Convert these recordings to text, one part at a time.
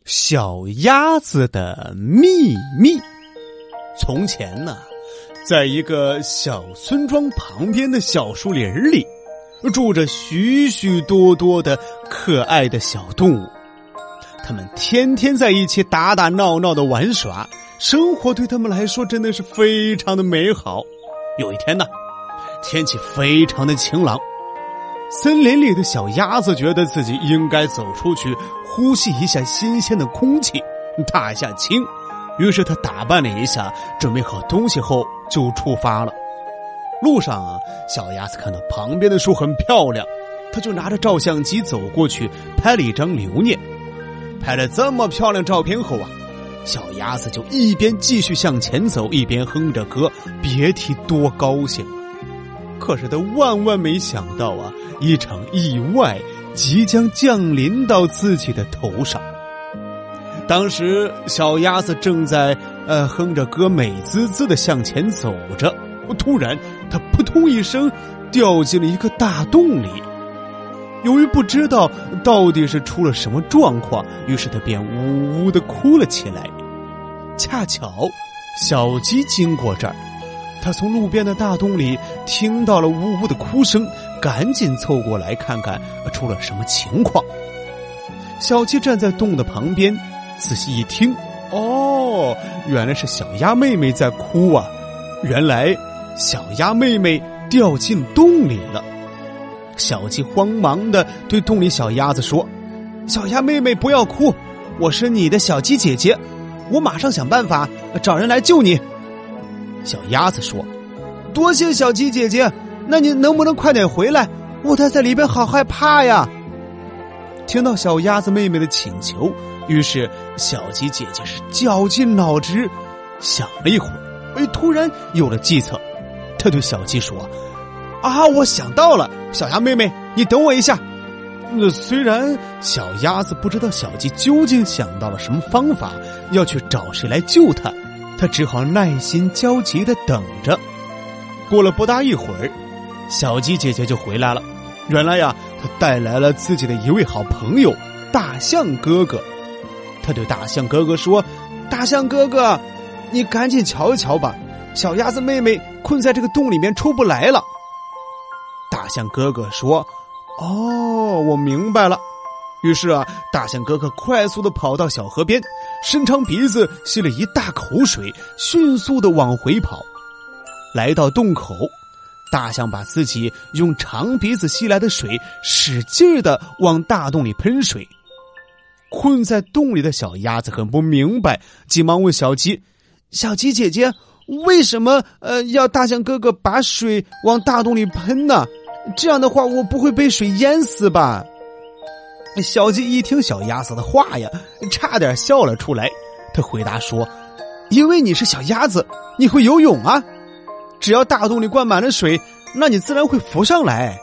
小鸭子的秘密。从前呢，在一个小村庄旁边的小树林里，住着许许多多的可爱的小动物。他们天天在一起打打闹闹的玩耍，生活对他们来说真的是非常的美好。有一天呢，天气非常的晴朗，森林里的小鸭子觉得自己应该走出去呼吸一下新鲜的空气，踏一下青。于是他打扮了一下，准备好东西后就出发了。路上啊，小鸭子看到旁边的树很漂亮，他就拿着照相机走过去拍了一张留念。拍了这么漂亮照片后啊，小鸭子就一边继续向前走，一边哼着歌，别提多高兴了。可是他万万没想到啊，一场意外即将降临到自己的头上。当时小鸭子正在哼着歌，美滋滋的向前走着，突然他扑通一声掉进了一个大洞里。由于不知道到底是出了什么状况，于是他便呜呜地哭了起来。恰巧小鸡经过这儿，他从路边的大洞里听到了呜呜的哭声，赶紧凑过来看看出了什么情况。小鸡站在洞的旁边，仔细一听，哦，原来是小鸭妹妹在哭啊！原来小鸭妹妹掉进洞里了。小鸡慌忙地对洞里小鸭子说：“小鸭妹妹不要哭，我是你的小鸡姐姐，我马上想办法找人来救你。”小鸭子说：“多谢小鸡姐姐，那你能不能快点回来？我待在里边好害怕呀。”听到小鸭子妹妹的请求，于是小鸡姐姐是绞尽脑汁想了一会儿，突然有了计策。她对小鸡说：“啊，我想到了，小鸭妹妹，你等我一下。”虽然小鸭子不知道小鸡究竟想到了什么方法，要去找谁来救它，他只好耐心焦急地等着。过了不大一会儿，小鸡姐姐就回来了。原来呀，她带来了自己的一位好朋友大象哥哥。她对大象哥哥说：“大象哥哥，你赶紧瞧一瞧吧，小鸭子妹妹困在这个洞里面出不来了。”大象哥哥说：“哦，我明白了。”于是啊，大象哥哥快速地跑到小河边，伸长鼻子吸了一大口水，迅速地往回跑。来到洞口，大象把自己用长鼻子吸来的水使劲地往大洞里喷水。困在洞里的小鸭子很不明白，急忙问小鸡：“小鸡姐姐，为什么要大象哥哥把水往大洞里喷呢？这样的话我不会被水淹死吧？”小鸡一听小鸭子的话呀，差点笑了出来。他回答说：“因为你是小鸭子，你会游泳啊，只要大洞里灌满了水，那你自然会浮上来。”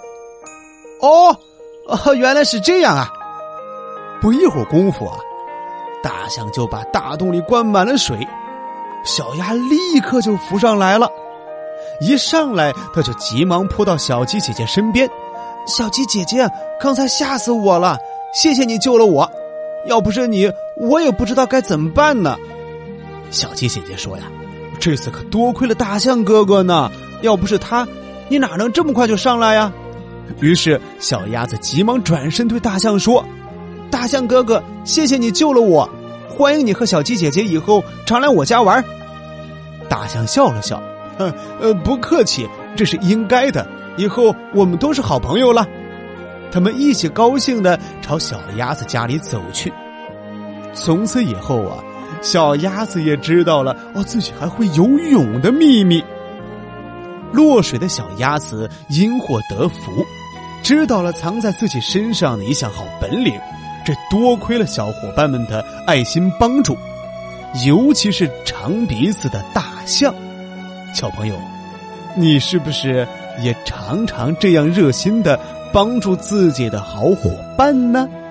哦，原来是这样啊！不一会儿功夫啊，大象就把大洞里灌满了水，小鸭立刻就浮上来了。一上来他就急忙扑到小鸡姐姐身边：“小鸡姐姐，刚才吓死我了，谢谢你救了我，要不是你，我也不知道该怎么办呢。”小鸡姐姐说呀：“这次可多亏了大象哥哥呢，要不是他，你哪能这么快就上来呀？”于是小鸭子急忙转身对大象说：“大象哥哥，谢谢你救了我，欢迎你和小鸡姐姐以后常来我家玩。”大象笑了笑：“不客气，这是应该的，以后我们都是好朋友了。”他们一起高兴地朝小鸭子家里走去。从此以后啊，小鸭子也知道了自己还会游泳的秘密。落水的小鸭子因祸得福，知道了藏在自己身上的一项好本领，这多亏了小伙伴们的爱心帮助，尤其是长鼻子的大象。小朋友，你是不是也常常这样热心地帮助自己的好伙伴呢？